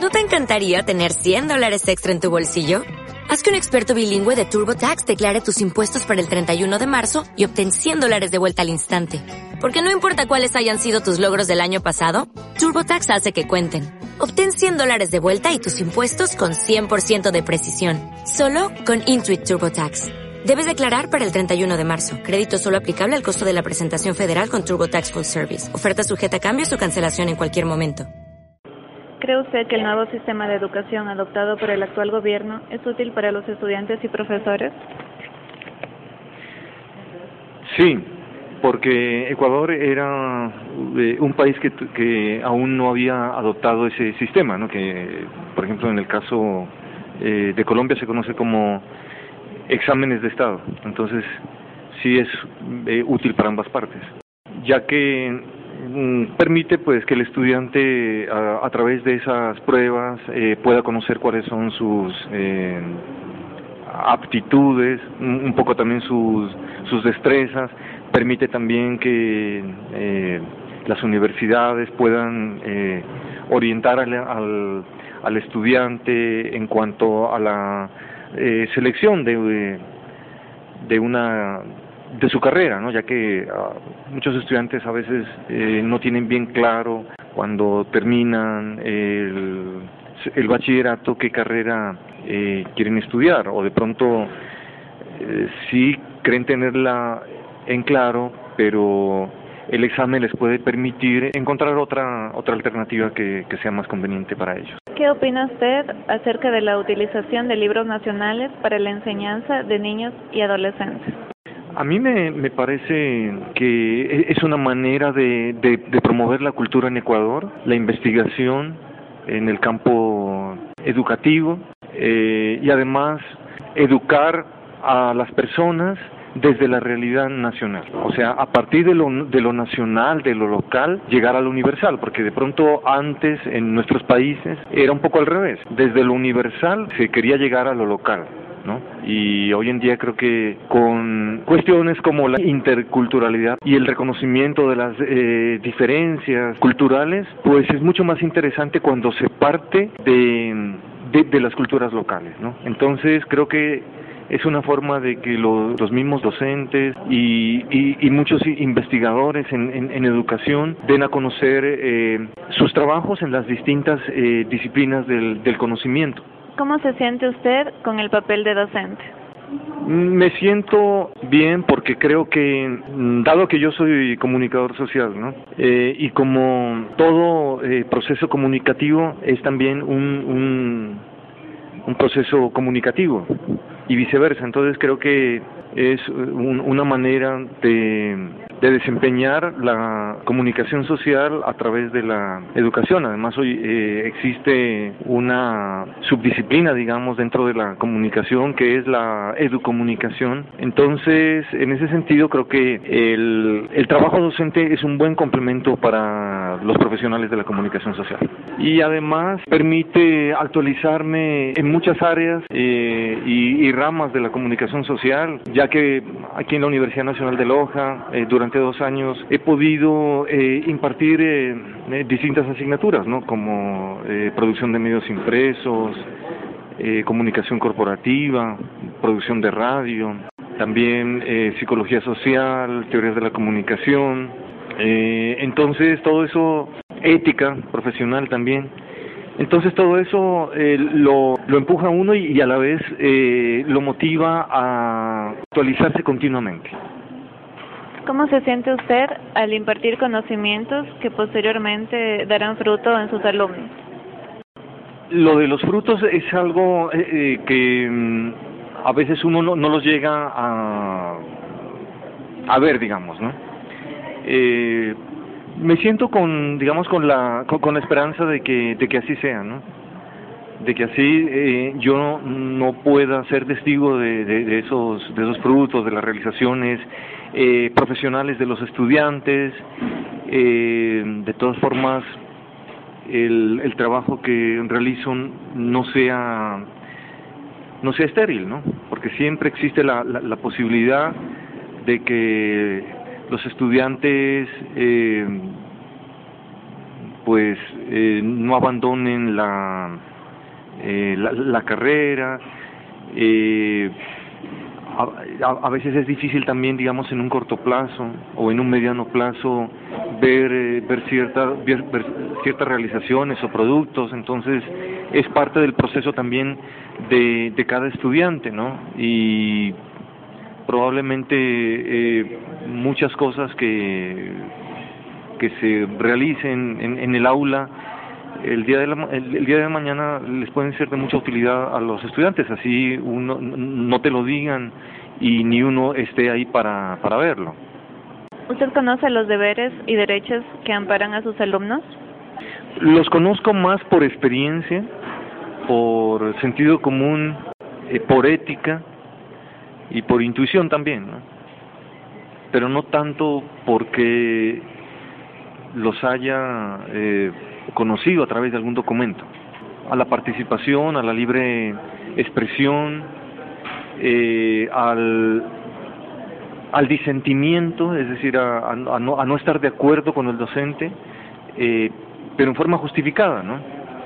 ¿No te encantaría tener $100 extra en tu bolsillo? Haz que un experto bilingüe de TurboTax declare tus impuestos para el 31 de marzo y obtén $100 de vuelta al instante. Porque no importa cuáles hayan sido tus logros del año pasado, TurboTax hace que cuenten. Obtén $100 de vuelta y tus impuestos con 100% de precisión. Solo con Intuit TurboTax. Debes declarar para el 31 de marzo. Crédito solo aplicable al costo de la presentación federal con TurboTax Full Service. Oferta sujeta a cambios o cancelación en cualquier momento. ¿Cree usted que el nuevo sistema de educación adoptado por el actual gobierno es útil para los estudiantes y profesores? Sí, porque Ecuador era un país que aún no había adoptado ese sistema, ¿no? Que, por ejemplo, en el caso de Colombia se conoce como exámenes de estado. Entonces, sí es útil para ambas partes, ya que permite pues que el estudiante a través de esas pruebas pueda conocer cuáles son sus aptitudes, un poco también sus destrezas. Permite también que las universidades puedan orientar al estudiante en cuanto a la selección de su carrera, ¿no? Ya que muchos estudiantes a veces no tienen bien claro cuando terminan el bachillerato qué carrera quieren estudiar, o de pronto sí creen tenerla en claro, pero el examen les puede permitir encontrar otra alternativa que sea más conveniente para ellos. ¿Qué opina usted acerca de la utilización de libros nacionales para la enseñanza de niños y adolescentes? A mí me parece que es una manera de promover la cultura en Ecuador, la investigación en el campo educativo y además educar a las personas desde la realidad nacional, o sea, a partir de lo nacional, de lo local, llegar a lo universal, porque de pronto antes en nuestros países era un poco al revés, desde lo universal se quería llegar a lo local, ¿no? Y hoy en día creo que con cuestiones como la interculturalidad y el reconocimiento de las diferencias culturales, pues es mucho más interesante cuando se parte de las culturas locales, ¿no? Entonces creo que es una forma de que los mismos docentes y muchos investigadores en educación den a conocer sus trabajos en las distintas disciplinas del conocimiento. ¿Cómo se siente usted con el papel de docente? Me siento bien porque creo que, dado que yo soy comunicador social, ¿no? Y como todo proceso comunicativo es también un proceso comunicativo y viceversa, entonces creo que es una manera de desempeñar la comunicación social a través de la educación. Además hoy existe una subdisciplina, digamos, dentro de la comunicación que es la educomunicación. Entonces, en ese sentido creo que el trabajo docente es un buen complemento para los profesionales de la comunicación social. Y además permite actualizarme en muchas áreas y ramas de la comunicación social, ya que aquí en la Universidad Nacional de Loja, durante 2 años, he podido impartir distintas asignaturas, ¿no? Como producción de medios impresos, comunicación corporativa, producción de radio, también psicología social, teorías de la comunicación, entonces todo eso, ética profesional también. Entonces todo eso lo empuja a uno y a la vez lo motiva a actualizarse continuamente. ¿Cómo se siente usted al impartir conocimientos que posteriormente darán fruto en sus alumnos? Lo de los frutos es algo que a veces uno no los llega a ver, digamos, ¿no? Me siento con la esperanza de que así sea, ¿no? De que así yo no pueda ser testigo de esos frutos, de las realizaciones profesionales de los estudiantes. De todas formas, el trabajo que realizo no sea estéril, ¿no? Porque siempre existe la posibilidad de que los estudiantes pues no abandonen la carrera. A veces es difícil también, digamos, en un corto plazo o en un mediano plazo ver ciertas realizaciones o productos. Entonces es parte del proceso también de cada estudiante, ¿no? Y probablemente muchas cosas que se realicen en el aula el día de mañana les pueden ser de mucha utilidad a los estudiantes, así uno no te lo digan y ni uno esté ahí para verlo. ¿Usted conoce los deberes y derechos que amparan a sus alumnos? Los conozco más por experiencia, por sentido común, por ética y por intuición también, ¿no? Pero no tanto porque los haya conocido a través de algún documento. A la participación, a la libre expresión, al disentimiento, es decir, a no estar de acuerdo con el docente, pero en forma justificada, ¿no?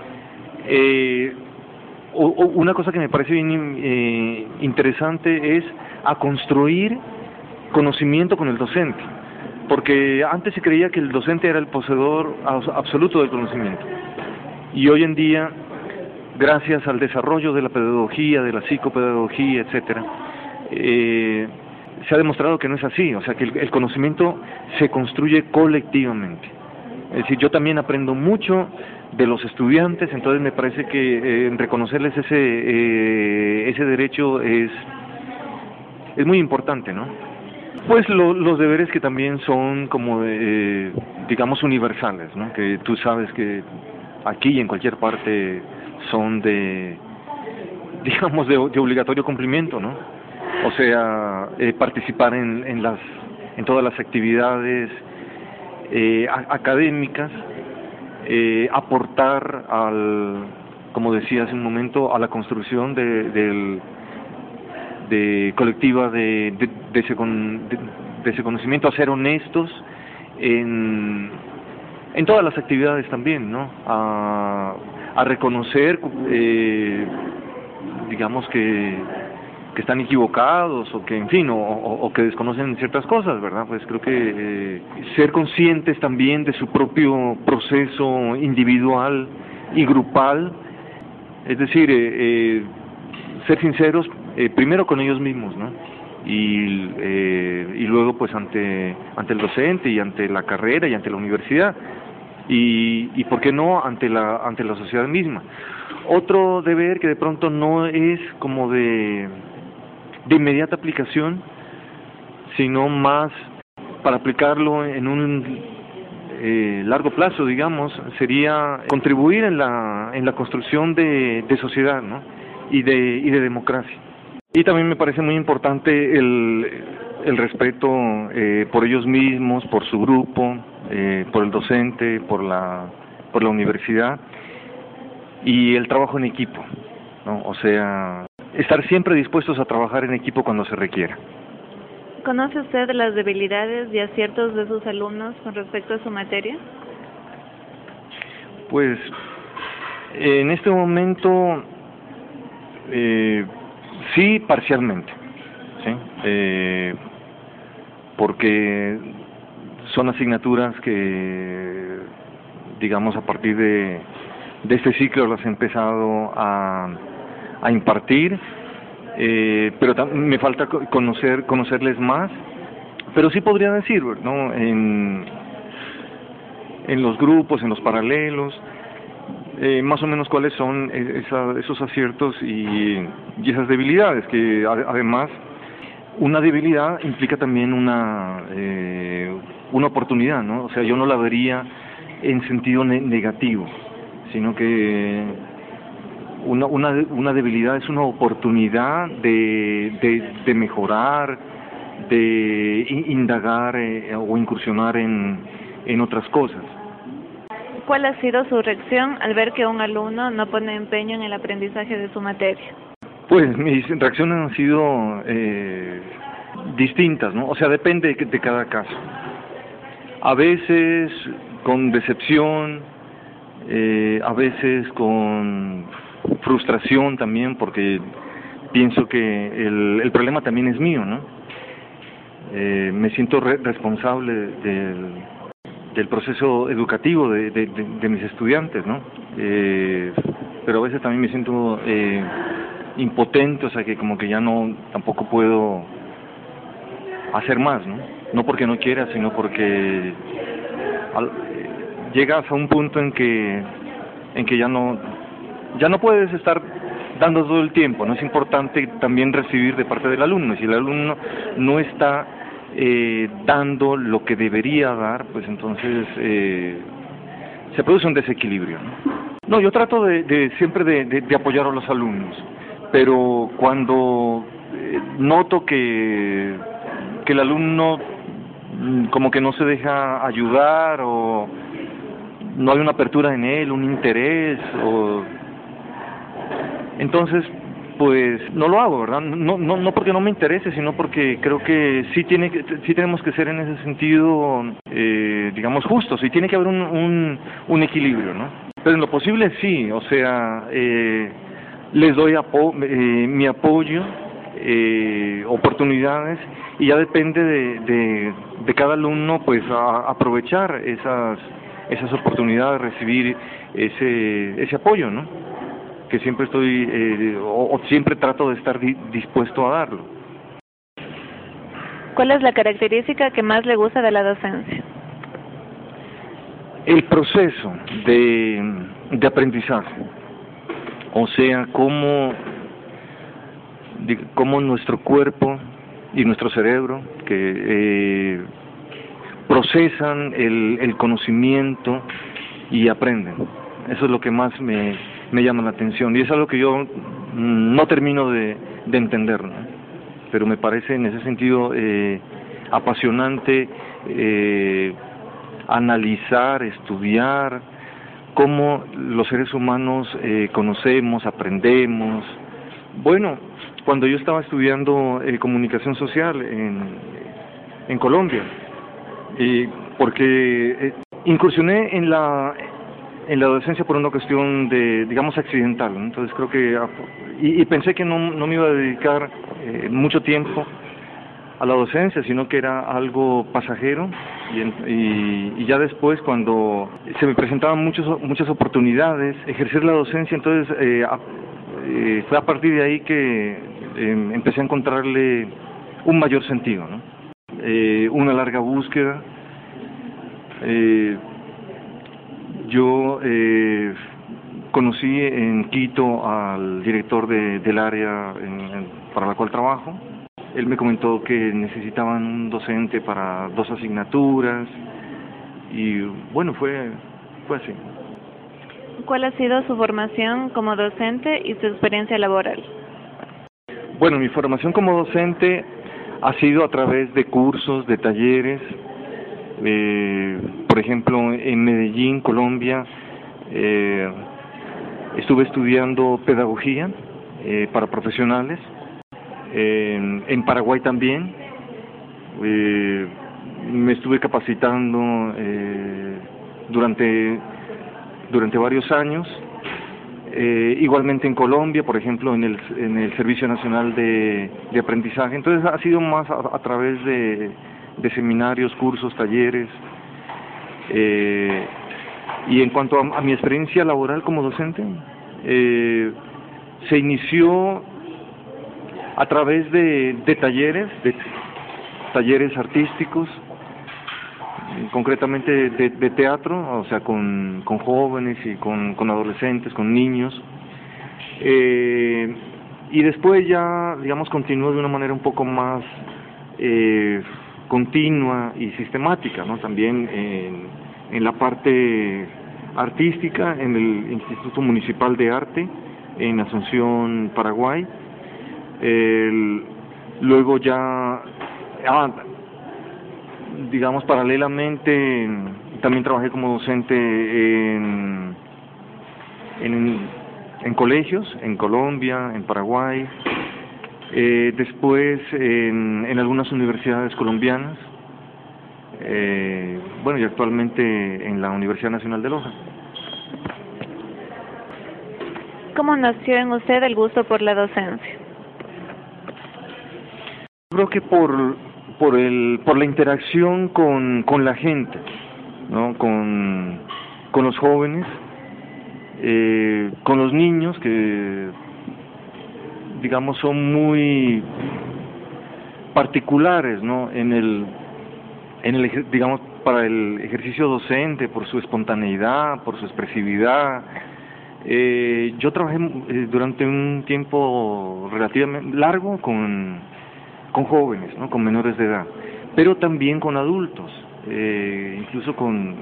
Una cosa que me parece bien interesante es a construir conocimiento con el docente, porque antes se creía que el docente era el poseedor absoluto del conocimiento, y hoy en día, gracias al desarrollo de la pedagogía, de la psicopedagogía, etcétera, se ha demostrado que no es así, o sea que el conocimiento se construye colectivamente. Es decir, yo también aprendo mucho de los estudiantes, entonces me parece que reconocerles ese derecho es muy importante, ¿no? Pues los deberes que también son como digamos universales, ¿no? Que tú sabes que aquí y en cualquier parte son digamos de obligatorio cumplimiento, ¿no? O sea, participar en todas las actividades académicas, aportar como decía hace un momento, a la construcción colectiva de ese conocimiento, a ser honestos en todas las actividades también, ¿no? A reconocer, digamos que están equivocados o que, en fin, o que desconocen ciertas cosas, ¿verdad? Pues creo que ser conscientes también de su propio proceso individual y grupal, es decir, ser sinceros primero con ellos mismos, ¿no? Y luego pues ante el docente y ante la carrera y ante la universidad y por qué no ante la sociedad misma. Otro deber que de pronto no es como de inmediata aplicación, sino más para aplicarlo en un largo plazo, digamos, sería contribuir en la construcción de sociedad, ¿no? y de democracia. Y también me parece muy importante el respeto por ellos mismos, por su grupo, por el docente, por la universidad, y el trabajo en equipo, ¿no? O sea, estar siempre dispuestos a trabajar en equipo cuando se requiera. ¿Conoce usted las debilidades y aciertos de sus alumnos con respecto a su materia? Pues en este momento sí, parcialmente, ¿sí? Porque son asignaturas que, digamos, a partir de este ciclo las he empezado a impartir, pero me falta conocerles más, pero sí podría decir, ¿no? En los grupos, en los paralelos, más o menos cuáles son esos aciertos y esas debilidades, que además una debilidad implica también una oportunidad, ¿no? O sea, yo no la vería en sentido negativo, sino que una debilidad es una oportunidad de mejorar, de indagar o incursionar en otras cosas. ¿Cuál ha sido su reacción al ver que un alumno no pone empeño en el aprendizaje de su materia? Pues mis reacciones han sido distintas, ¿no? O sea, depende de cada caso. A veces con decepción, a veces con frustración también, porque pienso que el problema también es mío, ¿no? Me siento responsable del proceso educativo de mis estudiantes, ¿no? Pero a veces también me siento impotente, o sea que como que ya no, tampoco puedo hacer más, ¿no? No porque no quiera, sino porque llegas a un punto en que ya no puedes estar dando todo el tiempo, ¿no? Es importante también recibir de parte del alumno, y si el alumno no está dando lo que debería dar, pues entonces se produce un desequilibrio, ¿no? No, yo trato siempre de apoyar a los alumnos, pero cuando noto que el alumno como que no se deja ayudar, o no hay una apertura en él, un interés, o entonces pues no lo hago, ¿verdad? No porque no me interese, sino porque creo que sí tenemos que ser en ese sentido, digamos, justos, y tiene que haber un equilibrio, ¿no? Pero en lo posible sí, o sea, les doy mi apoyo, oportunidades, y ya depende de cada alumno, pues aprovechar esas oportunidades, recibir ese apoyo, ¿no? Que siempre estoy, o siempre trato de estar dispuesto a darlo. ¿Cuál es la característica que más le gusta de la docencia? El proceso de aprendizaje, o sea, cómo nuestro cuerpo y nuestro cerebro que procesan el conocimiento y aprenden. Eso es lo que más me llama la atención, y es algo que yo no termino de entender, ¿no? Pero me parece en ese sentido apasionante analizar, estudiar cómo los seres humanos conocemos, aprendemos. Bueno, cuando yo estaba estudiando comunicación social en Colombia, porque incursioné en la docencia por una cuestión digamos, accidental, ¿no? Entonces creo que y pensé que no me iba a dedicar mucho tiempo a la docencia, sino que era algo pasajero, y ya después, cuando se me presentaban muchas oportunidades ejercer la docencia, entonces fue a partir de ahí que empecé a encontrarle un mayor sentido, ¿no? Una larga búsqueda. Yo conocí en Quito al director del área para la cual trabajo. Él me comentó que necesitaban un docente para 2 asignaturas, y bueno, fue así. ¿Cuál ha sido su formación como docente y su experiencia laboral? Bueno, mi formación como docente ha sido a través de cursos, de talleres. Por ejemplo, en Medellín, Colombia, estuve estudiando pedagogía para profesionales. En Paraguay también me estuve capacitando durante varios años. Igualmente en Colombia, por ejemplo, en el Servicio Nacional de Aprendizaje. Entonces ha sido más a través de seminarios, cursos, talleres. Y en cuanto a mi experiencia laboral como docente, se inició a través de talleres artísticos, concretamente de teatro, o sea, con jóvenes y con adolescentes, con niños. Y después ya, digamos, continuó de una manera un poco más continua y sistemática, ¿no? También en la parte artística, en el Instituto Municipal de Arte, en Asunción, Paraguay. Luego ya, digamos, paralelamente, también trabajé como docente en colegios, en Colombia, en Paraguay, después en algunas universidades colombianas, bueno, y actualmente en la Universidad Nacional de Loja. ¿Cómo nació en usted el gusto por la docencia? Creo que por la interacción con la gente, ¿no? Con los jóvenes, con los niños que, digamos, son muy particulares, ¿no? Digamos, para el ejercicio docente, por su espontaneidad, por su expresividad. Yo trabajé durante un tiempo relativamente largo con jóvenes, ¿no? Con menores de edad, pero también con adultos, incluso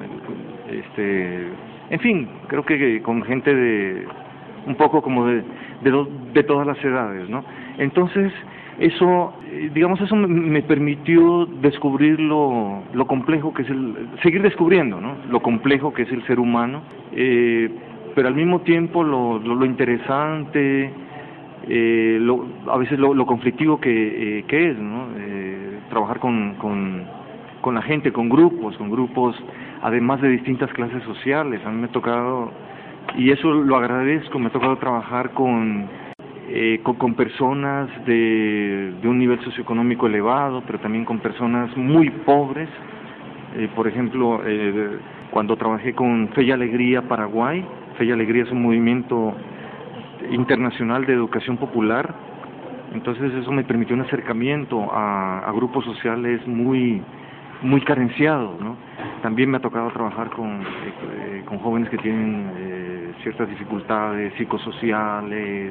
en fin, creo que con gente un poco como de todas las edades, ¿no? Entonces, eso, digamos, eso me permitió descubrir lo complejo que es seguir descubriendo, ¿no? Lo complejo que es el ser humano, pero al mismo tiempo lo interesante, a veces lo conflictivo que es, ¿no? Trabajar con la gente, con grupos, además de distintas clases sociales. A mí me ha tocado, y eso lo agradezco, me ha tocado trabajar con personas de un nivel socioeconómico elevado, pero también con personas muy pobres. Por ejemplo, cuando trabajé con Fe y Alegría Paraguay, Fe y Alegría es un movimiento internacional de educación popular, entonces eso me permitió un acercamiento a grupos sociales muy carenciados, ¿no? También me ha tocado trabajar con jóvenes que tienen ciertas dificultades psicosociales,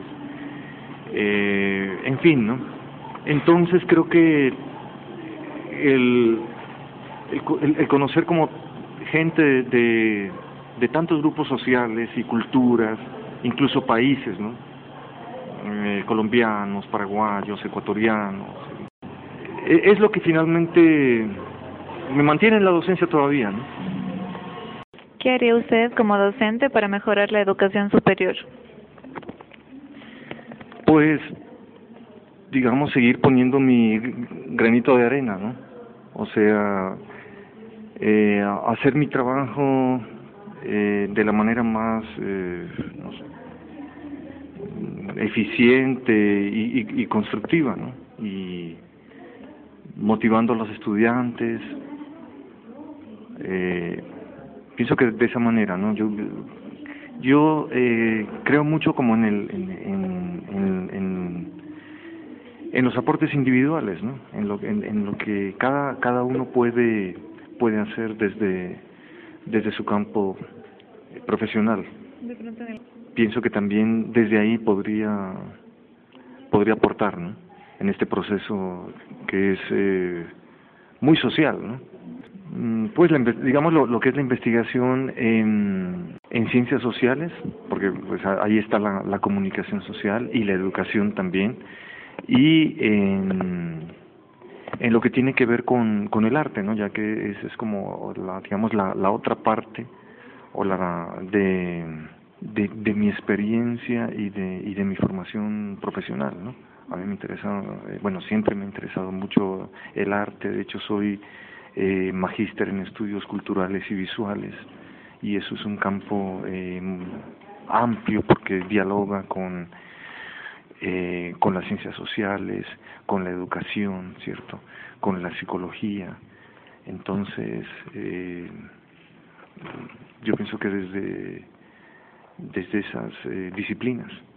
en fin, ¿no? Entonces creo que el conocer como gente de tantos grupos sociales y culturas, incluso países, ¿no? Colombianos, paraguayos, ecuatorianos, es lo que finalmente me mantiene en la docencia todavía, ¿no? ¿Qué haría usted como docente para mejorar la educación superior? Pues, digamos, seguir poniendo mi granito de arena, ¿no? O sea, hacer mi trabajo de la manera más, no sé, eficiente y constructiva, ¿no? Y motivando a los estudiantes. Pienso que de esa manera, ¿no? Yo creo mucho como en los aportes individuales, ¿no? En lo que cada uno puede hacer desde su campo profesional. Pienso que también desde ahí podría aportar, ¿no? En este proceso que es muy social, ¿no? Pues digamos lo que es la investigación en ciencias sociales, porque pues ahí está la comunicación social y la educación también, y en lo que tiene que ver con el arte, ¿no? Ya que es como digamos la otra parte o de mi experiencia y de mi formación profesional, ¿no? A mí me interesa, bueno, siempre me ha interesado mucho el arte. De hecho soy magíster en estudios culturales y visuales, y eso es un campo amplio porque dialoga con las ciencias sociales, con la educación, ¿cierto?, con la psicología. Entonces, yo pienso que desde esas disciplinas